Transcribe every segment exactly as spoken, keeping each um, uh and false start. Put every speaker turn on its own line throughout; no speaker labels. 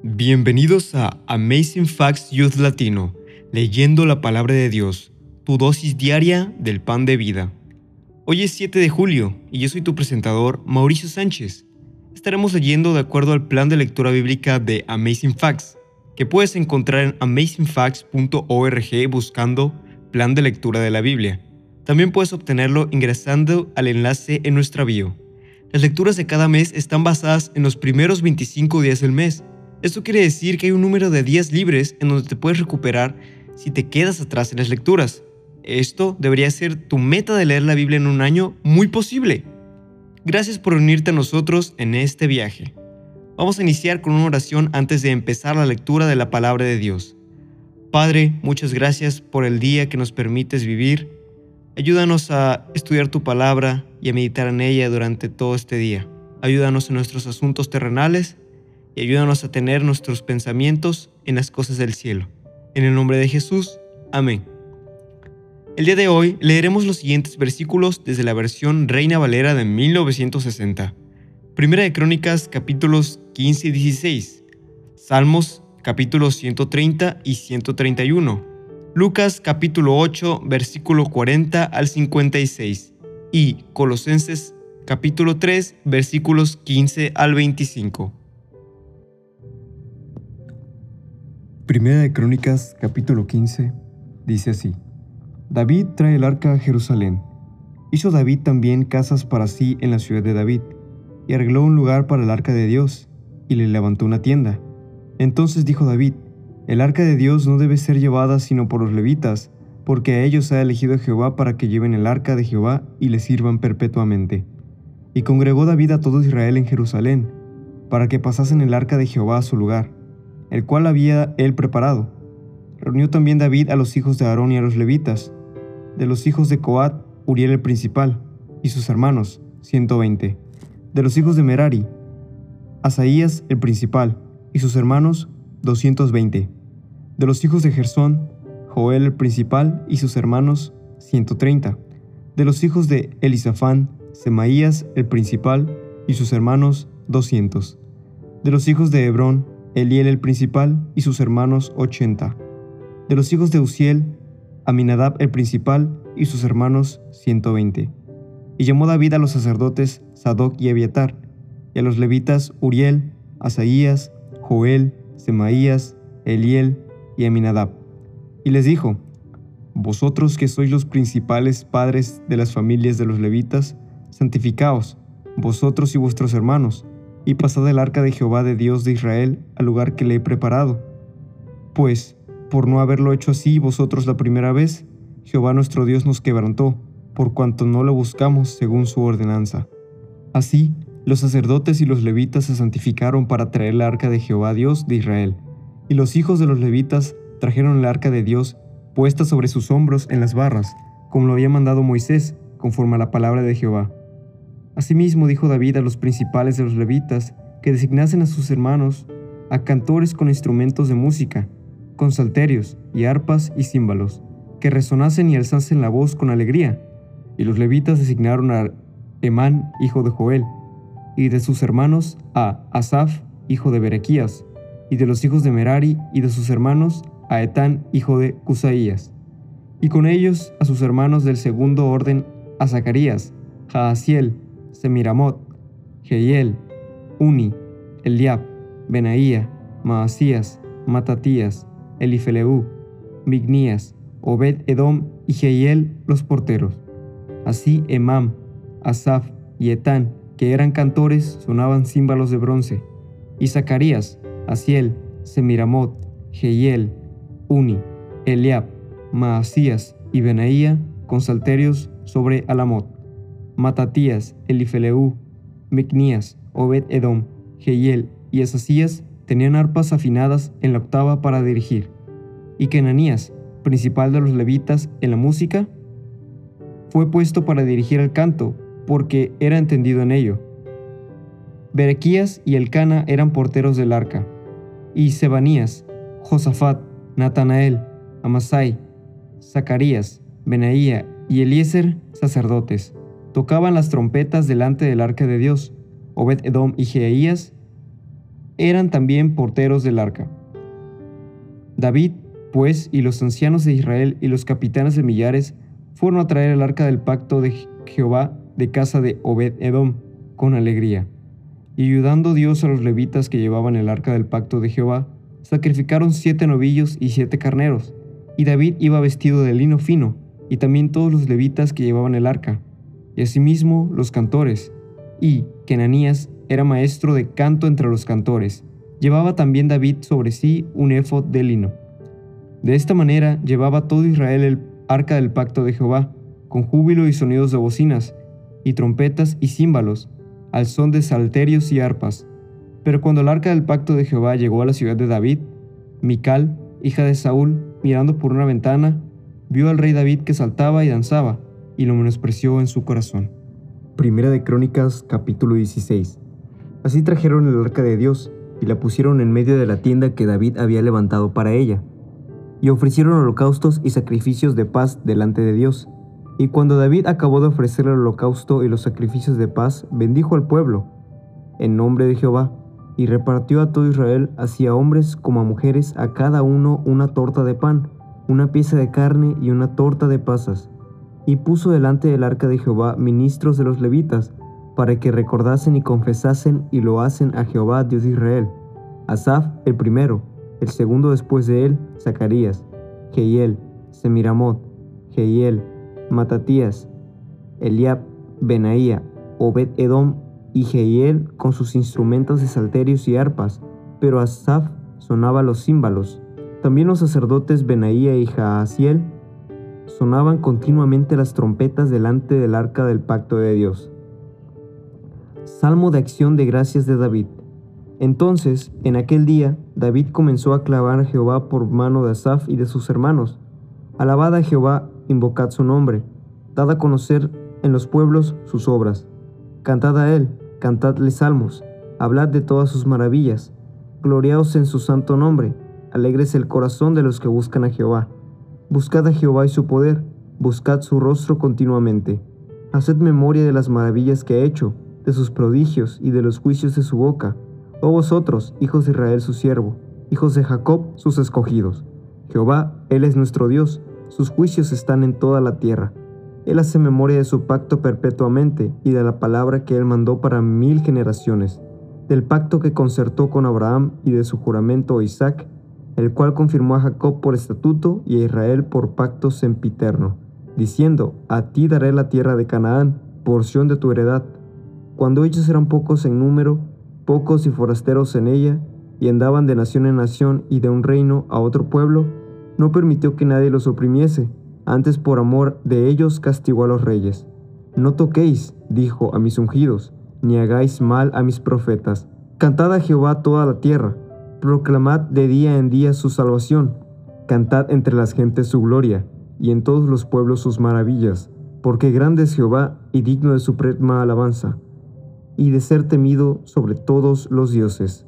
Bienvenidos a Amazing Facts Youth Latino, leyendo la palabra de Dios, tu dosis diaria del pan de vida. Hoy es siete de julio y yo soy tu presentador, Mauricio Sánchez. Estaremos leyendo de acuerdo al plan de lectura bíblica de Amazing Facts, que puedes encontrar en amazing facts punto org buscando Plan de Lectura de la Biblia. También puedes obtenerlo ingresando al enlace en nuestra bio. Las lecturas de cada mes están basadas en los primeros veinticinco días del mes. Esto quiere decir que hay un número de días libres en donde te puedes recuperar si te quedas atrás en las lecturas. Esto debería ser tu meta de leer la Biblia en un año muy posible. Gracias por unirte a nosotros en este viaje. Vamos a iniciar con una oración antes de empezar la lectura de la palabra de Dios. Padre, muchas gracias por el día que nos permites vivir. Ayúdanos a estudiar tu palabra y a meditar en ella durante todo este día. Ayúdanos en nuestros asuntos terrenales y ayúdanos a tener nuestros pensamientos en las cosas del cielo. En el nombre de Jesús, amén. El día de hoy leeremos los siguientes versículos desde la versión Reina Valera de mil novecientos sesenta. Primera de Crónicas, capítulos quince y dieciséis. Salmos, capítulos ciento treinta y ciento treinta y uno. Lucas, capítulo ocho, versículo cuarenta al cincuenta y seis. Y Colosenses, capítulo tres, versículos quince al veinticinco.
Primera de Crónicas, capítulo quince, dice así: David trae el arca a Jerusalén. Hizo David también casas para sí en la ciudad de David, y arregló un lugar para el arca de Dios, y le levantó una tienda. Entonces dijo David: El arca de Dios no debe ser llevada sino por los levitas, porque a ellos ha elegido Jehová para que lleven el arca de Jehová y le sirvan perpetuamente. Y congregó David a todo Israel en Jerusalén, para que pasasen el arca de Jehová a su lugar, el cual había él preparado. Reunió también David a los hijos de Aarón y a los levitas. De los hijos de Coat, Uriel el principal, y sus hermanos, ciento veinte. De los hijos de Merari, Asaías el principal, y sus hermanos, doscientos veinte. De los hijos de Gersón, Joel el principal, y sus hermanos, ciento treinta. De los hijos de Elisafán, Semaías el principal, y sus hermanos, doscientos. De los hijos de Hebrón, Eliel el principal, y sus hermanos, ochenta. De los hijos de Uziel, Aminadab el principal, y sus hermanos, ciento veinte. Y llamó David a los sacerdotes Sadoc y Abiatar, y a los levitas Uriel, Asaías, Joel, Semaías, Eliel y Aminadab. Y les dijo: Vosotros que sois los principales padres de las familias de los levitas, santificaos, vosotros y vuestros hermanos, y pasad el arca de Jehová de Dios de Israel al lugar que le he preparado. Pues, por no haberlo hecho así vosotros la primera vez, Jehová nuestro Dios nos quebrantó, por cuanto no lo buscamos según su ordenanza. Así, los sacerdotes y los levitas se santificaron para traer el arca de Jehová Dios de Israel, y los hijos de los levitas trajeron el arca de Dios puesta sobre sus hombros en las barras, como lo había mandado Moisés, conforme a la palabra de Jehová. Asimismo dijo David a los principales de los levitas que designasen a sus hermanos a cantores con instrumentos de música, con salterios y arpas y címbalos, que resonasen y alzasen la voz con alegría. Y los levitas designaron a Emán, hijo de Joel, y de sus hermanos a Asaf, hijo de Berequías, y de los hijos de Merari y de sus hermanos a Etán, hijo de Cusaías. Y con ellos a sus hermanos del segundo orden a Zacarías, Jaasiel, Semiramot, Jehiel, Uni, Eliab, Benaía, Maasías, Matatías, Elifeleú, Mignías, Obed-Edom y Jehiel los porteros. Así Emam, Asaf y Etán, que eran cantores, sonaban címbalos de bronce. Y Zacarías, Asiel, Semiramot, Jehiel, Uni, Eliab, Maasías y Benaía con salterios sobre Alamot. Matatías, Elifeleú, Micnías, Obed-Edom, Jehiel y Asasías tenían arpas afinadas en la octava para dirigir. Y Kenanías, principal de los levitas en la música, fue puesto para dirigir el canto, porque era entendido en ello. Berequías y Elcana eran porteros del arca, y Sebanías, Josafat, Natanael, Amasai, Zacarías, Benaía y Eliezer, sacerdotes, tocaban las trompetas delante del arca de Dios. Obed-Edom y Jehaías eran también porteros del arca. David, pues, y los ancianos de Israel y los capitanes de millares fueron a traer el arca del pacto de Jehová de casa de Obed-edom con alegría. Y ayudando Dios a los levitas que llevaban el arca del pacto de Jehová, sacrificaron siete novillos y siete carneros. Y David iba vestido de lino fino, y también todos los levitas que llevaban el arca, y asimismo los cantores. Y Kenanías era maestro de canto entre los cantores. Llevaba también David sobre sí un éfod de lino. De esta manera llevaba todo Israel el arca del pacto de Jehová, con júbilo y sonidos de bocinas, y trompetas y címbalos, al son de salterios y arpas. Pero cuando el arca del pacto de Jehová llegó a la ciudad de David, Mical, hija de Saúl, mirando por una ventana, vio al rey David que saltaba y danzaba, y lo menospreció en su corazón. Primera de Crónicas, capítulo dieciséis. Así trajeron el arca de Dios, y la pusieron en medio de la tienda que David había levantado para ella, y ofrecieron holocaustos y sacrificios de paz delante de Dios. Y cuando David acabó de ofrecer el holocausto y los sacrificios de paz, bendijo al pueblo, en nombre de Jehová, y repartió a todo Israel, así a hombres como a mujeres, a cada uno una torta de pan, una pieza de carne y una torta de pasas. Y puso delante del arca de Jehová ministros de los levitas, para que recordasen y confesasen y loasen a Jehová, Dios de Israel. Asaf el primero, el segundo después de él, Zacarías, Jehiel, Semiramot, Jehiel, Matatías, Eliab, Benaía, Obed-edom y Jehiel con sus instrumentos de salterios y arpas, pero Asaf sonaba los címbalos. También los sacerdotes Benaía y Jaasiel sonaban continuamente las trompetas delante del arca del pacto de Dios. Salmo de acción de gracias de David. Entonces, en aquel día, David comenzó a clavar a Jehová por mano de Asaf y de sus hermanos. Alabad a Jehová, invocad su nombre, dad a conocer en los pueblos sus obras. Cantad a él, cantadle salmos, hablad de todas sus maravillas. Gloriaos en su santo nombre, alegres el corazón de los que buscan a Jehová. Buscad a Jehová y su poder, buscad su rostro continuamente. Haced memoria de las maravillas que ha hecho, de sus prodigios y de los juicios de su boca. Oh vosotros, hijos de Israel su siervo, hijos de Jacob sus escogidos. Jehová, Él es nuestro Dios, sus juicios están en toda la tierra. Él hace memoria de su pacto perpetuamente y de la palabra que Él mandó para mil generaciones, del pacto que concertó con Abraham y de su juramento a Isaac, el cual confirmó a Jacob por estatuto y a Israel por pacto sempiterno, diciendo, a ti daré la tierra de Canaán, porción de tu heredad. Cuando ellos eran pocos en número, pocos y forasteros en ella, y andaban de nación en nación y de un reino a otro pueblo, no permitió que nadie los oprimiese, antes por amor de ellos castigó a los reyes. No toquéis, dijo, a mis ungidos, ni hagáis mal a mis profetas. Cantad a Jehová toda la tierra, proclamad de día en día su salvación, cantad entre las gentes su gloria, y en todos los pueblos sus maravillas, porque grande es Jehová y digno de suprema alabanza, y de ser temido sobre todos los dioses.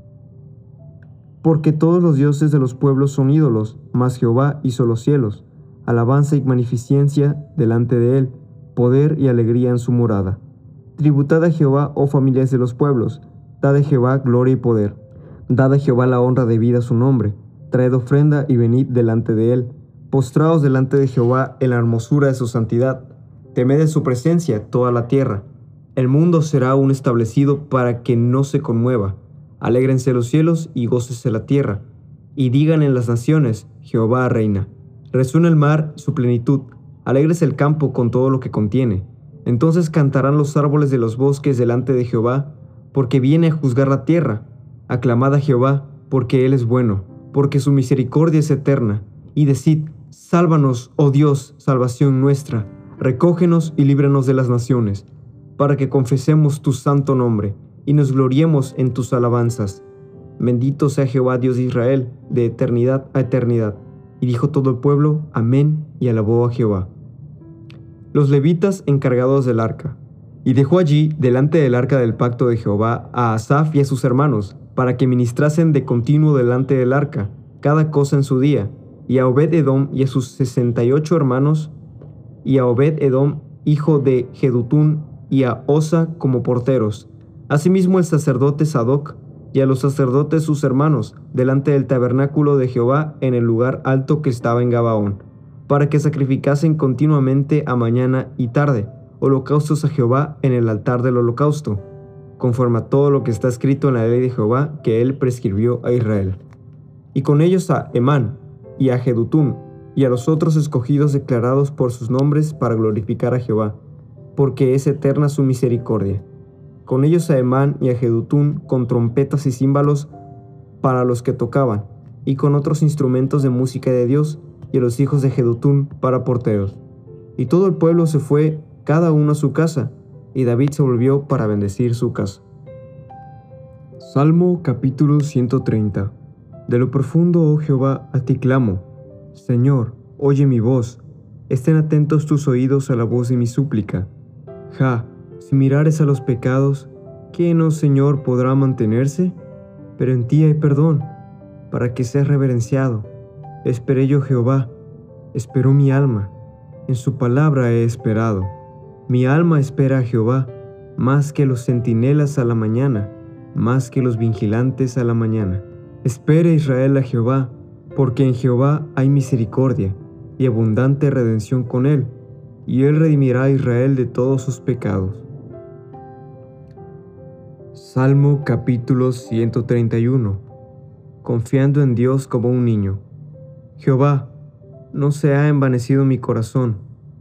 Porque todos los dioses de los pueblos son ídolos, mas Jehová hizo los cielos, alabanza y magnificencia delante de él, poder y alegría en su morada. Tributad a Jehová, oh familias de los pueblos, dad a Jehová gloria y poder. Dad a Jehová la honra debida a su nombre, traed ofrenda y venid delante de él. Postraos delante de Jehová en la hermosura de su santidad, temed de su presencia toda la tierra. El mundo será aún establecido para que no se conmueva. Alégrense los cielos y gócese la tierra. Y digan en las naciones, Jehová reina. Resuena el mar su plenitud, alégrese el campo con todo lo que contiene. Entonces cantarán los árboles de los bosques delante de Jehová, porque viene a juzgar la tierra. Aclamad a Jehová, porque Él es bueno, porque su misericordia es eterna. Y decid, sálvanos, oh Dios, salvación nuestra. Recógenos y líbranos de las naciones, para que confesemos tu santo nombre y nos gloriemos en tus alabanzas. Bendito sea Jehová Dios de Israel, de eternidad a eternidad. Y dijo todo el pueblo, amén, y alabó a Jehová. Los levitas encargados del arca. Y dejó allí, delante del arca del pacto de Jehová, a Asaf y a sus hermanos, para que ministrasen de continuo delante del arca, cada cosa en su día, y a Obed-edom y a sus sesenta y ocho hermanos, y a Obed-edom, hijo de Jedutún, y a Osa como porteros. Asimismo el sacerdote Sadoc, y a los sacerdotes sus hermanos, delante del tabernáculo de Jehová en el lugar alto que estaba en Gabaón, para que sacrificasen continuamente a mañana y tarde holocaustos a Jehová en el altar del holocausto, conforme a todo lo que está escrito en la ley de Jehová que él prescribió a Israel. Y con ellos a Emán y a Jedutún, y a los otros escogidos declarados por sus nombres para glorificar a Jehová, porque es eterna su misericordia. Con ellos a Emán y a Jedutún con trompetas y címbalos para los que tocaban, y con otros instrumentos de música de Dios, y a los hijos de Jedutún para porteros. Y todo el pueblo se fue, cada uno a su casa, y David se volvió para bendecir su casa. Salmo capítulo ciento treinta. De lo profundo, oh Jehová, a ti clamo. Señor, oye mi voz. Estén atentos tus oídos a la voz de mi súplica. Ja, si mirares a los pecados, ¿quién, oh Señor, podrá mantenerse? Pero en ti hay perdón, para que seas reverenciado. Esperé yo Jehová, esperó mi alma, en su palabra he esperado. Mi alma espera a Jehová, más que los centinelas a la mañana, más que los vigilantes a la mañana. Espere Israel a Jehová, porque en Jehová hay misericordia y abundante redención con él, y él redimirá a Israel de todos sus pecados. Salmo capítulo ciento treinta y uno. Confiando en Dios como un niño. Jehová, no se ha envanecido mi corazón,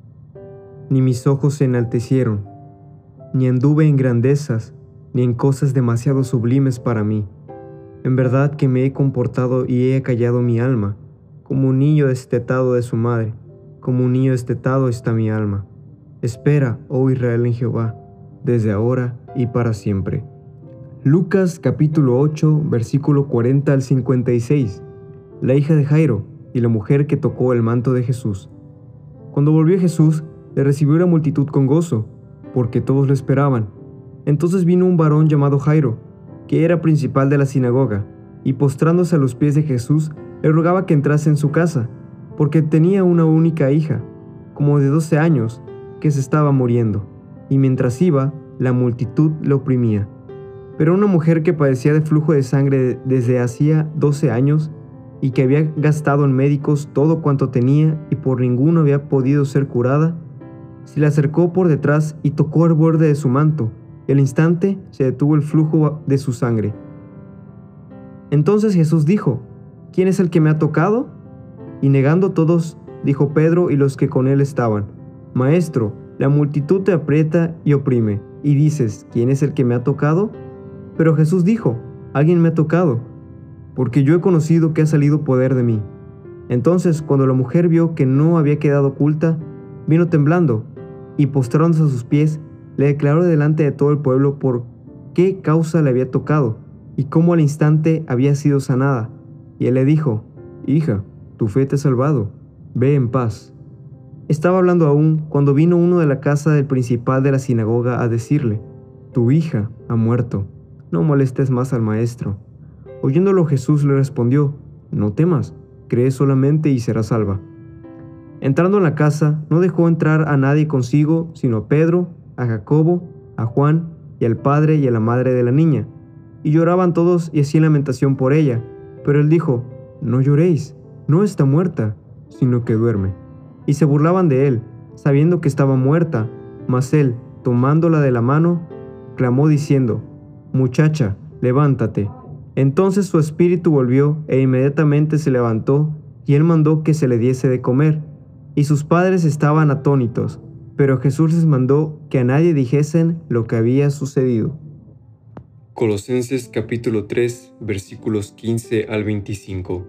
ni mis ojos se enaltecieron, ni anduve en grandezas, ni en cosas demasiado sublimes para mí. En verdad que me he comportado y he acallado mi alma, como un niño destetado de su madre, como un niño destetado está mi alma. Espera, oh Israel, en Jehová, desde ahora y para siempre. Lucas capítulo ocho, versículo cuarenta al cincuenta y seis. La hija de Jairo y la mujer que tocó el manto de Jesús. Cuando volvió Jesús, le recibió la multitud con gozo, porque todos lo esperaban. Entonces vino un varón llamado Jairo, que era principal de la sinagoga, y postrándose a los pies de Jesús, le rogaba que entrase en su casa, porque tenía una única hija, como de doce años, que se estaba muriendo, y mientras iba, la multitud le oprimía. Pero una mujer que padecía de flujo de sangre desde hacía doce años, y que había gastado en médicos todo cuanto tenía, y por ninguno había podido ser curada, se le acercó por detrás y tocó el borde de su manto, y al instante se detuvo el flujo de su sangre. Entonces Jesús dijo: ¿Quién es el que me ha tocado? Y negando todos, dijo Pedro y los que con él estaban: Maestro, la multitud te aprieta y oprime, y dices: ¿Quién es el que me ha tocado? Pero Jesús dijo: Alguien me ha tocado, porque yo he conocido que ha salido poder de mí. Entonces, cuando la mujer vio que no había quedado oculta, vino temblando, y postrándose a sus pies, le declaró delante de todo el pueblo por qué causa le había tocado, y cómo al instante había sido sanada. Y él le dijo: Hija, tu fe te ha salvado, ve en paz. Estaba hablando aún cuando vino uno de la casa del principal de la sinagoga a decirle: Tu hija ha muerto, no molestes más al maestro. Oyéndolo Jesús le respondió: No temas, cree solamente y serás salva. Entrando en la casa, no dejó entrar a nadie consigo, sino a Pedro, a Jacobo, a Juan y al padre y a la madre de la niña. Y lloraban todos y hacían lamentación por ella. Pero él dijo: No lloréis, no está muerta, sino que duerme. Y se burlaban de él, sabiendo que estaba muerta. Mas él, tomándola de la mano, clamó diciendo: Muchacha, levántate. Entonces su espíritu volvió, e inmediatamente se levantó, y él mandó que se le diese de comer. Y sus padres estaban atónitos, pero Jesús les mandó que a nadie dijesen lo que había sucedido.
Colosenses capítulo tres, versículos quince al veinticinco.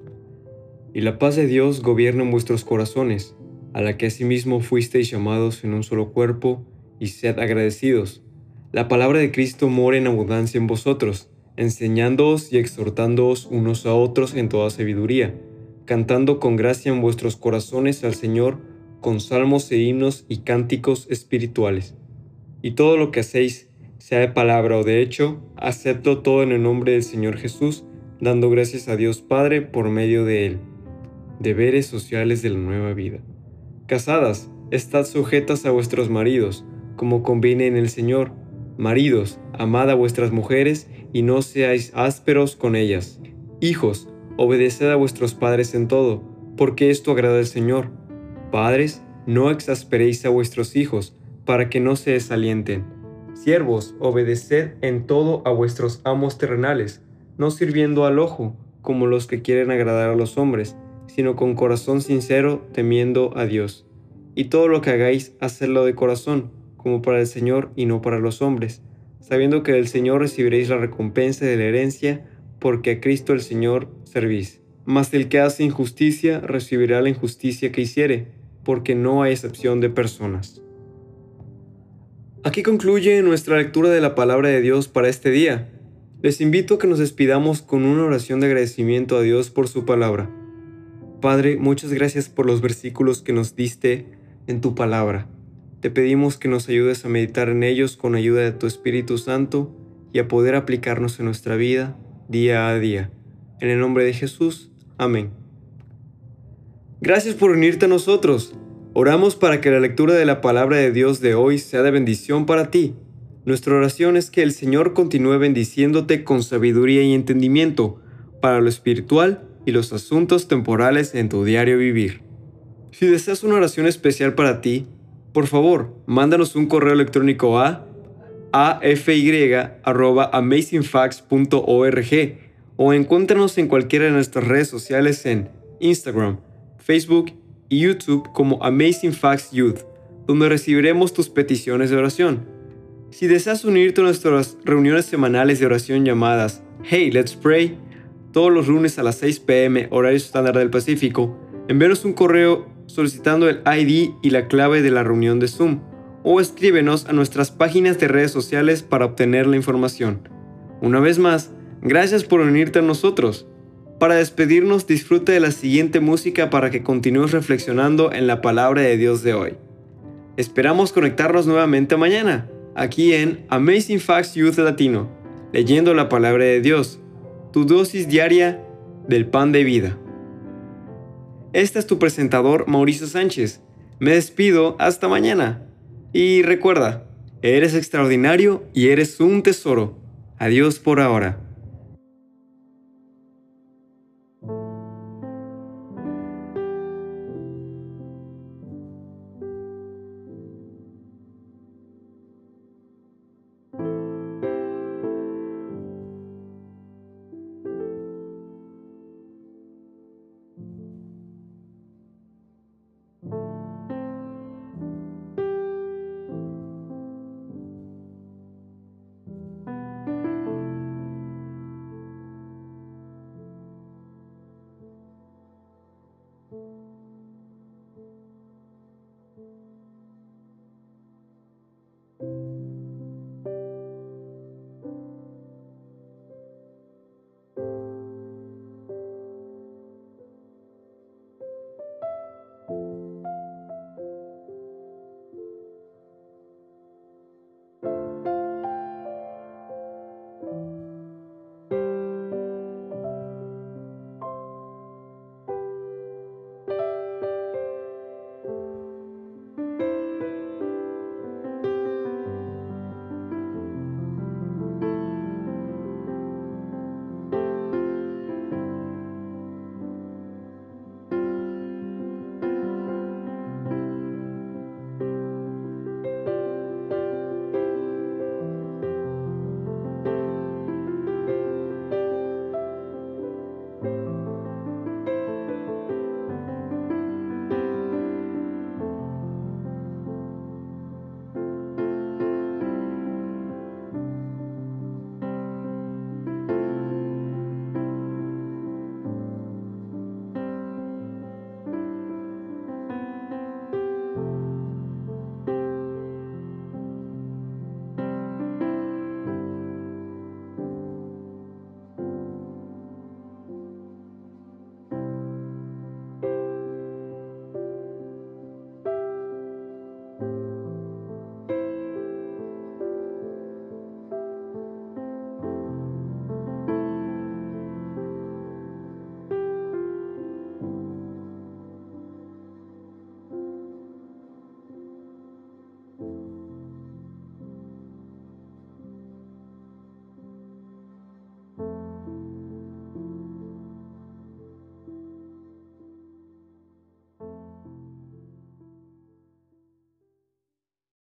Y la paz de Dios gobierna en vuestros corazones, a la que asimismo fuisteis llamados en un solo cuerpo, y sed agradecidos. La palabra de Cristo mora en abundancia en vosotros, enseñándoos y exhortándoos unos a otros en toda sabiduría, cantando con gracia en vuestros corazones al Señor con salmos e himnos y cánticos espirituales. Y todo lo que hacéis, sea de palabra o de hecho, hacedlo todo en el nombre del Señor Jesús, dando gracias a Dios Padre por medio de Él. Deberes sociales de la nueva vida. Casadas, estad sujetas a vuestros maridos, como conviene en el Señor. Maridos, amad a vuestras mujeres y no seáis ásperos con ellas. Hijos, obedeced a vuestros padres en todo, porque esto agrada al Señor. Padres, no exasperéis a vuestros hijos, para que no se desalienten. Siervos, obedeced en todo a vuestros amos terrenales, no sirviendo al ojo, como los que quieren agradar a los hombres, sino con corazón sincero, temiendo a Dios. Y todo lo que hagáis, hacedlo de corazón, como para el Señor y no para los hombres, sabiendo que del Señor recibiréis la recompensa de la herencia, porque a Cristo el Señor servís. Mas el que hace injusticia recibirá la injusticia que hiciere, porque no hay excepción de personas. Aquí concluye nuestra lectura de la palabra de Dios para este día. Les invito a que nos despidamos con una oración de agradecimiento a Dios por su palabra. Padre, muchas gracias por los versículos que nos diste en tu palabra. Te pedimos que nos ayudes a meditar en ellos con ayuda de tu Espíritu Santo y a poder aplicarnos en nuestra vida día a día. En el nombre de Jesús, amén. Gracias por unirte a nosotros. Oramos para que la lectura de la palabra de Dios de hoy sea de bendición para ti. Nuestra oración es que el Señor continúe bendiciéndote con sabiduría y entendimiento para lo espiritual y los asuntos temporales en tu diario vivir. Si deseas una oración especial para ti, por favor, mándanos un correo electrónico a a f y arroba amazing facts punto org o encuéntranos en cualquiera de nuestras redes sociales en Instagram, Facebook y YouTube como Amazing Facts Youth, donde recibiremos tus peticiones de oración. Si deseas unirte a nuestras reuniones semanales de oración llamadas Hey, Let's Pray, todos los lunes a las seis p m horario estándar del Pacífico, envíanos un correo solicitando el I D y la clave de la reunión de Zoom, o escríbenos a nuestras páginas de redes sociales para obtener la información. Una vez más, gracias por unirte a nosotros. Para despedirnos, disfruta de la siguiente música para que continúes reflexionando en la palabra de Dios de hoy. Esperamos conectarnos nuevamente mañana, aquí en Amazing Facts Youth Latino, leyendo la palabra de Dios, tu dosis diaria del pan de vida. Este es tu presentador Mauricio Sánchez. Me despido hasta mañana. Y recuerda, eres extraordinario y eres un tesoro. Adiós por ahora. Thank you.